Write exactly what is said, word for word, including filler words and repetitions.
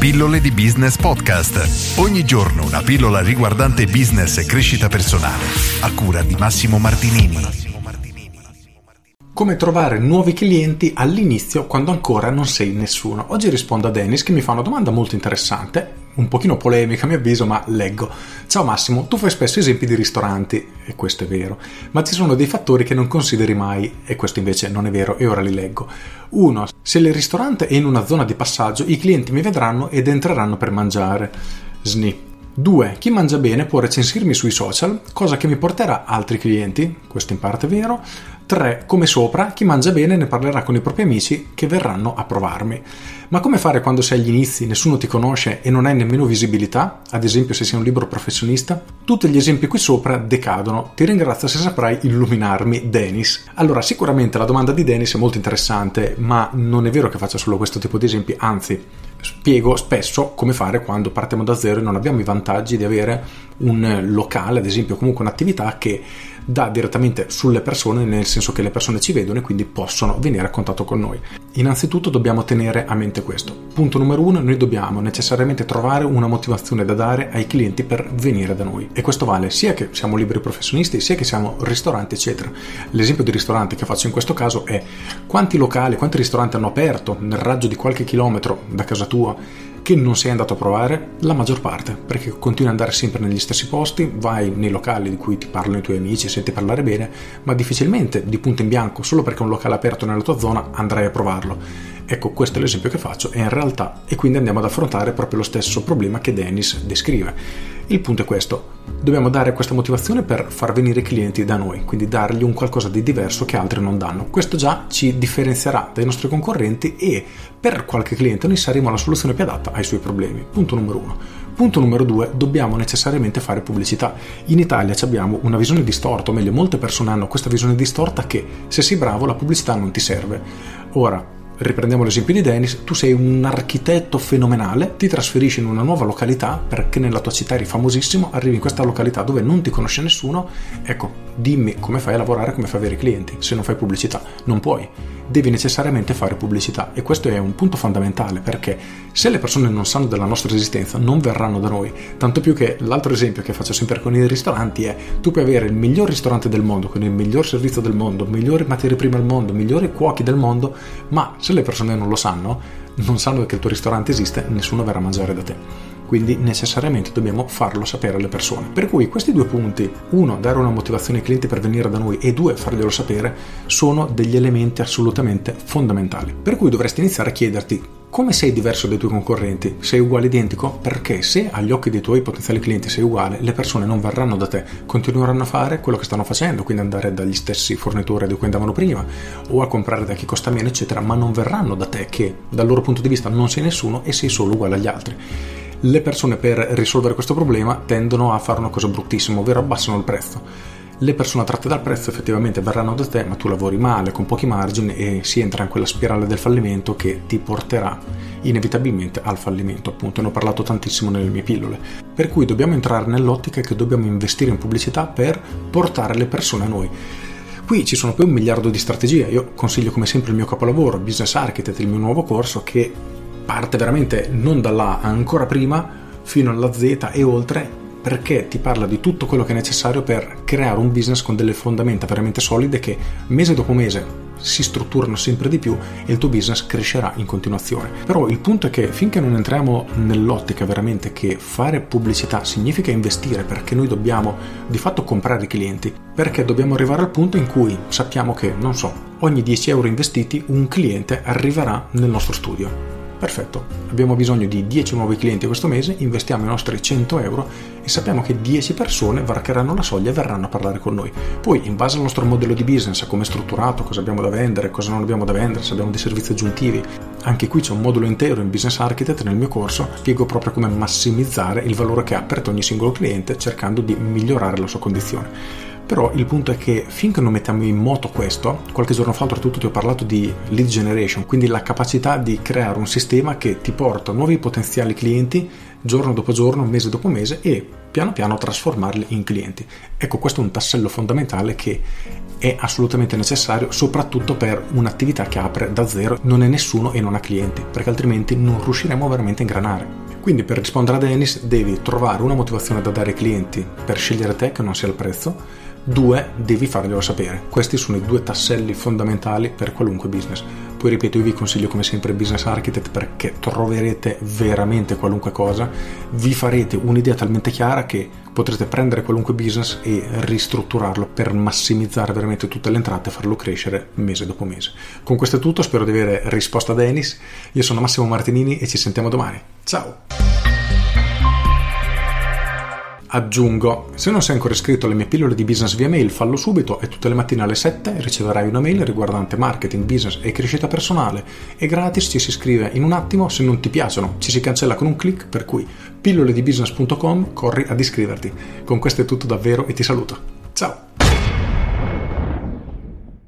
Pillole di Business Podcast. Ogni giorno una pillola riguardante business e crescita personale. A cura di Massimo Martinini. Come trovare nuovi clienti all'inizio quando ancora non sei nessuno? Oggi rispondo a Dennis che mi fa una domanda molto interessante, un pochino polemica a mio avviso, ma leggo. Ciao Massimo, tu fai spesso esempi di ristoranti, e questo è vero, ma ci sono dei fattori che non consideri mai, e questo invece non è vero, e ora li leggo. Uno, se il ristorante è in una zona di passaggio, i clienti mi vedranno ed entreranno per mangiare. Sni. due. Chi mangia bene può recensirmi sui social, cosa che mi porterà altri clienti, questo in parte è vero. tre. Come sopra, chi mangia bene ne parlerà con i propri amici che verranno a provarmi. Ma come fare quando sei agli inizi, nessuno ti conosce e non hai nemmeno visibilità? Ad esempio se sei un libero professionista? Tutti gli esempi qui sopra decadono. Ti ringrazio se saprai illuminarmi, Dennis. Allora, sicuramente la domanda di Dennis è molto interessante, ma non è vero che faccia solo questo tipo di esempi, anzi spiego spesso come fare quando partiamo da zero e non abbiamo i vantaggi di avere un locale, ad esempio, comunque un'attività che dà direttamente sulle persone, nel senso che le persone ci vedono e quindi possono venire a contatto con noi. Innanzitutto dobbiamo tenere a mente questo. Punto numero uno, noi dobbiamo necessariamente trovare una motivazione da dare ai clienti per venire da noi, e questo vale sia che siamo liberi professionisti sia che siamo ristoranti eccetera. L'esempio di ristorante che faccio in questo caso è: quanti locali, quanti ristoranti hanno aperto nel raggio di qualche chilometro da casa tua che non sei andato a provare? La maggior parte, perché continui ad andare sempre negli stessi posti, vai nei locali di cui ti parlano i tuoi amici, senti parlare bene, ma difficilmente di punto in bianco, solo perché un locale è aperto nella tua zona, andrai a provarlo. Ecco, questo è l'esempio che faccio e in realtà, e quindi andiamo ad affrontare proprio lo stesso problema che Dennis descrive. Il punto è questo: dobbiamo dare questa motivazione per far venire i clienti da noi, quindi dargli un qualcosa di diverso che altri non danno. Questo già ci differenzierà dai nostri concorrenti e per qualche cliente noi saremo la soluzione più adatta ai suoi problemi. Punto numero uno. Punto numero due, dobbiamo necessariamente fare pubblicità. In Italia abbiamo una visione distorta, o meglio molte persone hanno questa visione distorta che se sei bravo la pubblicità non ti serve. Ora, riprendiamo l'esempio di Dennis: tu sei un architetto fenomenale, ti trasferisci in una nuova località perché nella tua città eri famosissimo, arrivi in questa località dove non ti conosce nessuno, ecco, dimmi come fai a lavorare, come fai a avere clienti se non fai pubblicità? Non puoi, devi necessariamente fare pubblicità, e questo è un punto fondamentale, perché se le persone non sanno della nostra esistenza non verranno da noi, tanto più che l'altro esempio che faccio sempre con i ristoranti è: tu puoi avere il miglior ristorante del mondo con il miglior servizio del mondo, migliori materie prime al mondo, migliori cuochi del mondo, ma se le persone non lo sanno, non sanno che il tuo ristorante esiste, nessuno verrà a mangiare da te. Quindi necessariamente dobbiamo farlo sapere alle persone. Per cui questi due punti, uno, dare una motivazione ai clienti per venire da noi, e due, farglielo sapere, sono degli elementi assolutamente fondamentali. Per cui dovresti iniziare a chiederti: come sei diverso dai tuoi concorrenti? Sei uguale, identico? Perché se agli occhi dei tuoi potenziali clienti sei uguale, le persone non verranno da te, continueranno a fare quello che stanno facendo, quindi andare dagli stessi fornitori da cui andavano prima o a comprare da chi costa meno eccetera, ma non verranno da te che dal loro punto di vista non sei nessuno e sei solo uguale agli altri. Le persone, per risolvere questo problema, tendono a fare una cosa bruttissima, ovvero abbassano il prezzo. Le persone attratte dal prezzo effettivamente verranno da te, ma tu lavori male, con pochi margini, e si entra in quella spirale del fallimento che ti porterà inevitabilmente al fallimento. Appunto, ne ho parlato tantissimo nelle mie pillole. Per cui dobbiamo entrare nell'ottica che dobbiamo investire in pubblicità per portare le persone a noi. Qui ci sono poi un miliardo di strategie. Io consiglio come sempre il mio capolavoro, Business Architect, il mio nuovo corso, che parte veramente non dall'A, ancora prima, fino alla Z e oltre, perché ti parla di tutto quello che è necessario per creare un business con delle fondamenta veramente solide che mese dopo mese si strutturano sempre di più e il tuo business crescerà in continuazione. Però il punto è che finché non entriamo nell'ottica veramente che fare pubblicità significa investire, perché noi dobbiamo di fatto comprare i clienti, perché dobbiamo arrivare al punto in cui sappiamo che, non so, ogni dieci euro investiti un cliente arriverà nel nostro studio. Perfetto, abbiamo bisogno di dieci nuovi clienti questo mese, investiamo i nostri cento euro e sappiamo che dieci persone varcheranno la soglia e verranno a parlare con noi. Poi, in base al nostro modello di business, a come è strutturato, cosa abbiamo da vendere, cosa non abbiamo da vendere, se abbiamo dei servizi aggiuntivi, anche qui c'è un modulo intero in Business Architect nel mio corso, spiego proprio come massimizzare il valore che ha per ogni singolo cliente cercando di migliorare la sua condizione. Però il punto è che finché non mettiamo in moto questo, qualche giorno fa oltretutto ti ho parlato di lead generation, quindi la capacità di creare un sistema che ti porta nuovi potenziali clienti giorno dopo giorno, mese dopo mese, e piano piano trasformarli in clienti. Ecco, questo è un tassello fondamentale che è assolutamente necessario, soprattutto per un'attività che apre da zero, non è nessuno e non ha clienti, perché altrimenti non riusciremo veramente a ingranare. Quindi, per rispondere a Dennis, devi trovare una motivazione da dare ai clienti per scegliere te, che non sia il prezzo. Due, devi farglielo sapere. Questi sono i due tasselli fondamentali per qualunque business. Poi ripeto, io vi consiglio come sempre Business Architect, perché troverete veramente qualunque cosa, vi farete un'idea talmente chiara che potrete prendere qualunque business e ristrutturarlo per massimizzare veramente tutte le entrate e farlo crescere mese dopo mese. Con questo è tutto, spero di avere risposto a Dennis. Io sono Massimo Martinini e ci sentiamo domani. Ciao! Aggiungo, se non sei ancora iscritto alle mie pillole di business via mail, fallo subito, e tutte le mattine alle sette riceverai una mail riguardante marketing, business e crescita personale. È gratis, ci si iscrive in un attimo, se non ti piacciono ci si cancella con un click, per cui pillole di business punto com, corri ad iscriverti. Con questo è tutto davvero e ti saluto. Ciao!